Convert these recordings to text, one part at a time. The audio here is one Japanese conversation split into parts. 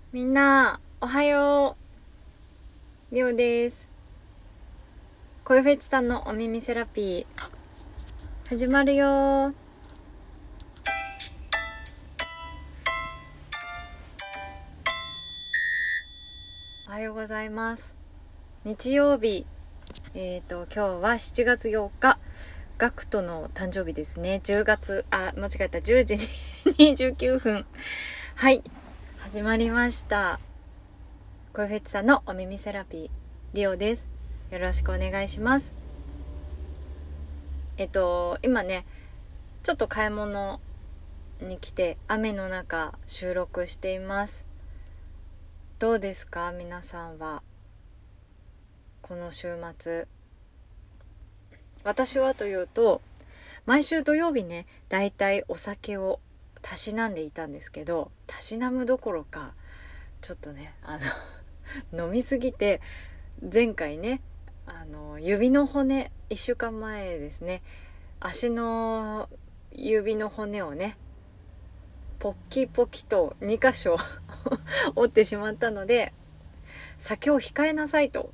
みんなおはよう。りょうです。声フェチさんのお耳セラピー始まるよ。おはようございます。日曜日、今日は7月8日ガクトの誕生日ですね。間違えた。10時に29分はい、始まりました。声フェチさんのお耳セラピーリオです。よろしくお願いします。今ねちょっと買い物に来て雨の中収録しています。どうですか皆さんは。この週末、私はというと毎週土曜日ねだいたいお酒をたしなんでいたんですけど、たしなむどころかちょっとね飲みすぎて、前回ね指の骨、1週間前ですね、足の指の骨をねポッキポキと2箇所折ってしまったので、酒を控えなさいと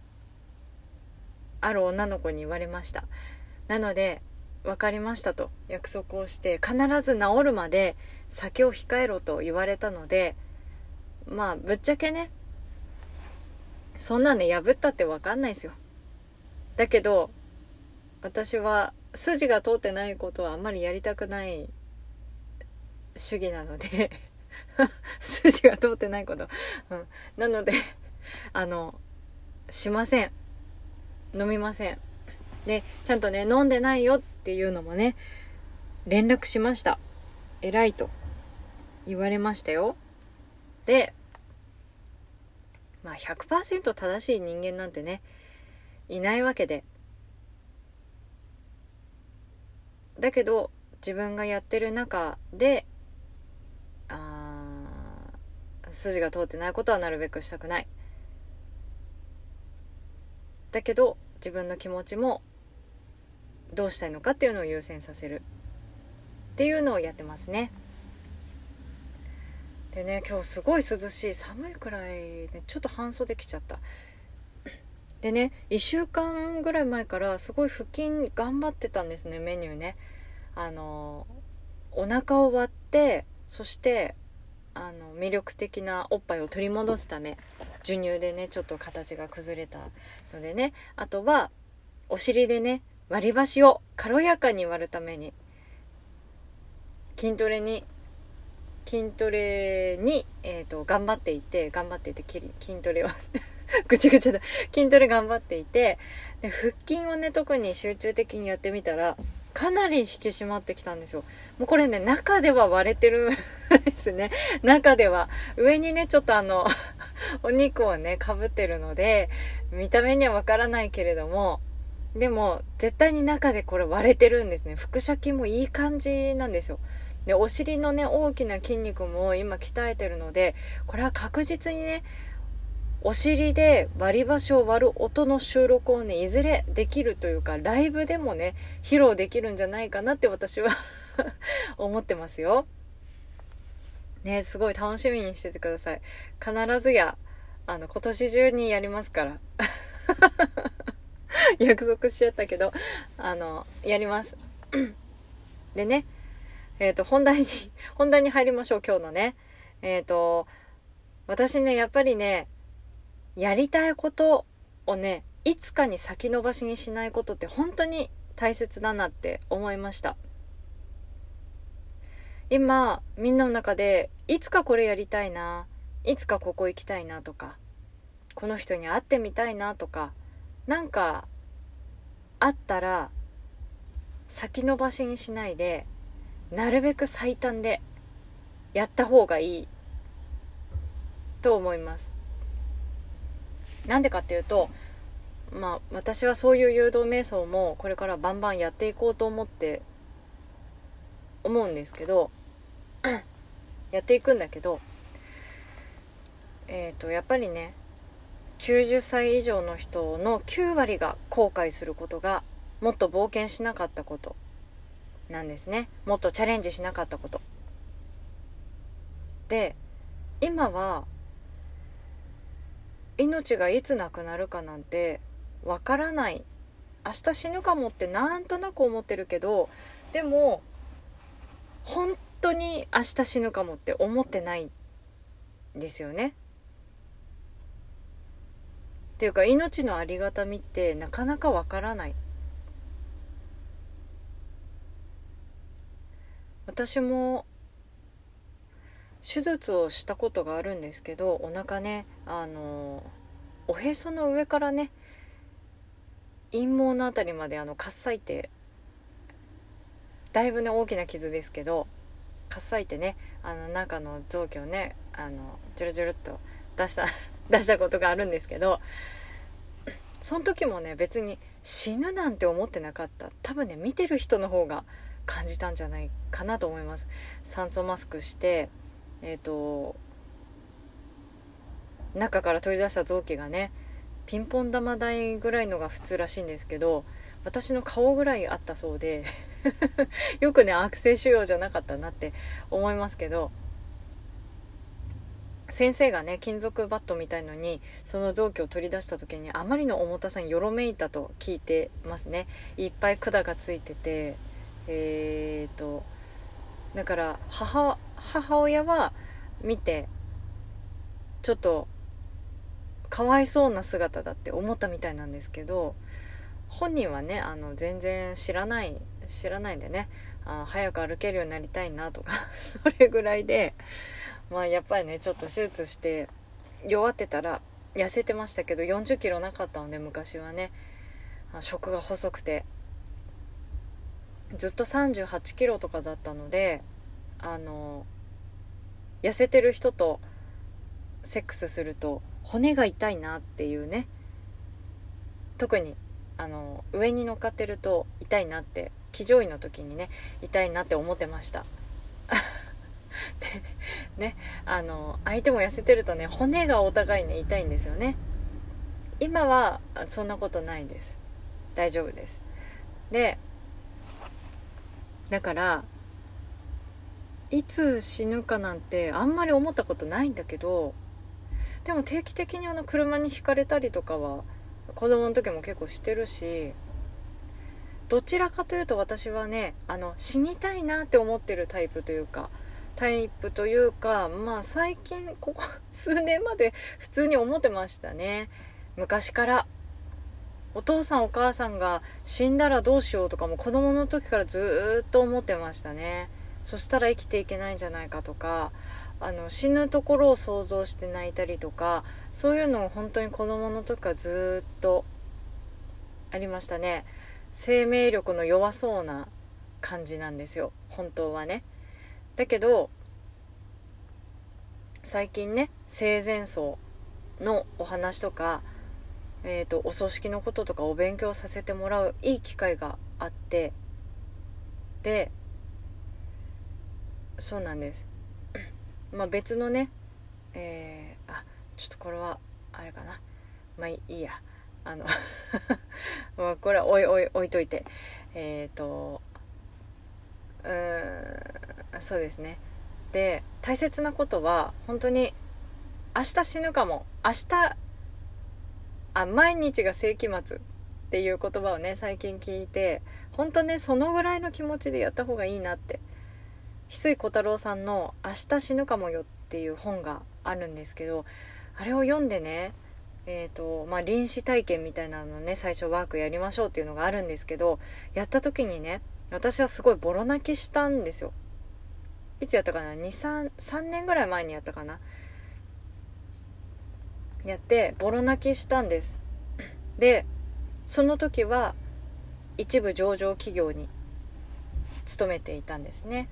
ある女の子に言われました。なので分かりましたと約束をして、必ず治るまで酒を控えろと言われたので、ぶっちゃけねそんなんで破ったって分かんないですよ。だけど私は筋が通ってないことはあんまりやりたくない主義なので筋が通ってないこと、なのでしません。飲みません。でちゃんとね飲んでないよっていうのもね連絡しました。偉いと言われましたよ。で100% 正しい人間なんてねいないわけで、だけど自分がやってる中で筋が通ってないことはなるべくしたくない。だけど自分の気持ちもどうしたいのかっていうのを優先させるっていうのをやってますね。でね今日すごい涼しい、寒いくらいでちょっと半袖着ちゃった。でね1週間ぐらい前からすごい腹筋頑張ってたんですね。メニューねお腹を割って、そして魅力的なおっぱいを取り戻すため、授乳でねちょっと形が崩れたのでね、あとはお尻でね割り箸を軽やかに割るために筋トレに頑張っていて筋トレをぐちゃぐちゃだ筋トレ頑張っていて、で腹筋をね特に集中的にやってみたらかなり引き締まってきたんですよ。もうこれね中では割れてるんですね。中では上にねちょっとお肉をねかぶってるので見た目にはわからないけれども、でも絶対に中でこれ割れてるんですね。腹斜筋もいい感じなんですよ。でお尻のね大きな筋肉も今鍛えてるので、これは確実にねお尻で割り箸を割る音の収録をねいずれできるというか、ライブでもね披露できるんじゃないかなって私は思ってますよね。すごい楽しみにしててください。必ずや今年中にやりますから約束しちゃったけどやりますでね本題に入りましょう。今日のね私ねやっぱりねやりたいことをねいつかに先延ばしにしないことって本当に大切だなって思いました。今みんなの中でいつかこれやりたいな、いつかここ行きたいなとか、この人に会ってみたいなとか、なんかあったら先延ばしにしないでなるべく最短でやった方がいいと思います。なんでかっていうと私はそういう誘導瞑想もこれからバンバンやっていこうと思うんですけどやっていくんだけどやっぱりね90歳以上の人の9割が後悔することがもっと冒険しなかったことなんですね。もっとチャレンジしなかったことで、今は命がいつなくなるかなんてわからない。明日死ぬかもってなんとなく思ってるけど、でも本当に明日死ぬかもって思ってないんですよね。っていうか、命のありがたみってなかなかわからない。私も手術をしたことがあるんですけど、お腹ね、おへその上からね、陰毛のあたりまでかっさいて、だいぶね大きな傷ですけど、かっさいてね、中の臓器をね、ジュルジュルっと出したことがあるんですけど、その時もね別に死ぬなんて思ってなかった。多分ね見てる人の方が感じたんじゃないかなと思います。酸素マスクして中から取り出した臓器がね、ピンポン玉大ぐらいのが普通らしいんですけど、私の顔ぐらいあったそうでよくね悪性腫瘍じゃなかったなって思いますけど、先生がね金属バットみたいのにその臓器を取り出した時に、あまりの重たさによろめいたと聞いてますね。いっぱい管がついてて、だから母親は見てちょっとかわいそうな姿だって思ったみたいなんですけど、本人はね全然知らないんでね、早く歩けるようになりたいなとかそれぐらいで、やっぱりねちょっと手術して弱ってたら痩せてましたけど、40キロなかったので昔はね、食が細くてずっと38キロとかだったので、痩せてる人とセックスすると骨が痛いなっていうね、特に上に乗っかってると痛いなって、騎乗位の時にね痛いなって思ってましたでね、相手も痩せてるとね骨がお互いね痛いんですよね。今はそんなことないです。大丈夫です。でだからいつ死ぬかなんてあんまり思ったことないんだけど、でも定期的に車にひかれたりとかは子供の時も結構してるし、どちらかというと私はね死にたいなって思ってるタイプというか、最近ここ数年まで普通に思ってましたね。昔からお父さんお母さんが死んだらどうしようとかも子供の時からずっと思ってましたね。そしたら生きていけないんじゃないかとか、死ぬところを想像して泣いたりとか、そういうのを本当に子供の時からずっとありましたね。生命力の弱そうな感じなんですよ本当はね。だけど最近ね生前葬のお話とか、お葬式のこととかお勉強させてもらういい機会があって、でそうなんです別のね、ちょっとこれはあれかな、いいやこれは置いといて、そうですね。で大切なことは本当に明日死ぬかも、毎日が世紀末っていう言葉をね最近聞いて、本当ねそのぐらいの気持ちでやった方がいいなって。翡翠小太郎さんの明日死ぬかもよっていう本があるんですけど、あれを読んでね、臨死体験みたいなのね最初ワークやりましょうっていうのがあるんですけど、やった時にね私はすごいボロ泣きしたんですよ。いつやったかな、3年ぐらい前にやったかな、やってボロ泣きしたんです。でその時は一部上場企業に勤めていたんですね。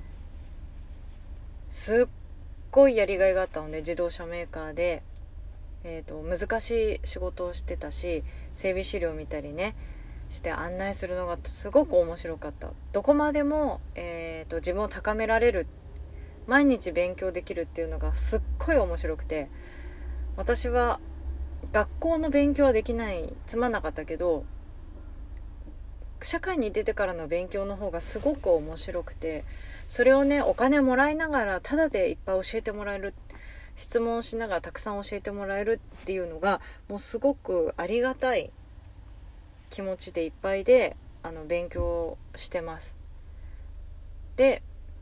すっごいやりがいがあったので、自動車メーカーで、難しい仕事をしてたし、整備資料見たりねして案内するのがすごく面白かった。どこまでも、自分を高められる、毎日勉強できるっていうのがすっごい面白くて、私は学校の勉強はできない、つまんなかったけど社会に出てからの勉強の方がすごく面白くて、それをねお金もらいながらタダでいっぱい教えてもらえる、 質問しながらたくさん教えてもらえるっていうのがもうすごくありがたい気持ちでいっぱいで勉強してます。で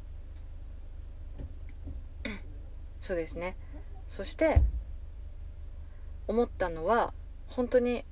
そうですね。そして思ったのは本当に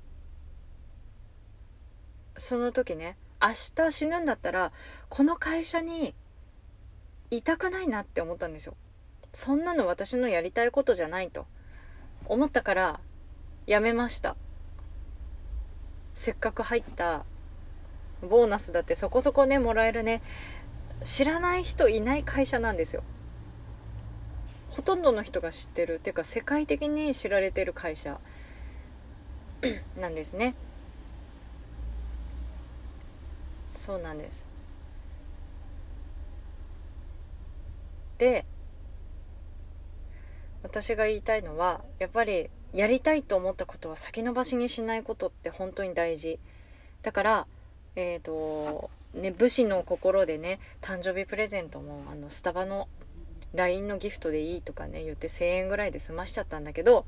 その時ね、明日死ぬんだったらこの会社にいたくないなって思ったんですよ。そんなの私のやりたいことじゃないと思ったから辞めました。せっかく入ったボーナスだってそこそこねもらえるね、知らない人いない会社なんですよ。ほとんどの人が知ってるっていうか世界的に知られてる会社なんですね。そうなんです。で私が言いたいのはやっぱりやりたいと思ったことは先延ばしにしないことって本当に大事だから、武士の心でね、誕生日プレゼントもスタバの LINE のギフトでいいとかね言って1000円ぐらいで済ましちゃったんだけど、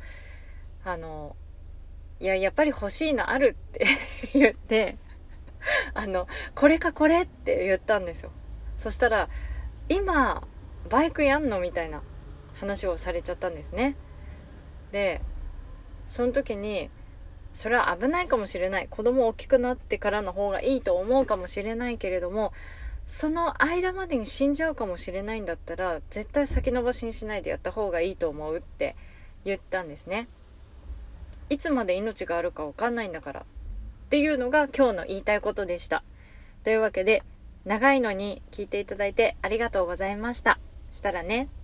やっぱり欲しいのあるって言ってこれかこれって言ったんですよ。そしたら今バイクやんのみたいな話をされちゃったんですね。でその時にそれは危ないかもしれない、子供大きくなってからの方がいいと思うかもしれないけれども、その間までに死んじゃうかもしれないんだったら絶対先延ばしにしないでやった方がいいと思うって言ったんですね。いつまで命があるか分かんないんだからっていうのが今日の言いたいことでした。というわけで長いのに聞いていただいてありがとうございました。したらね。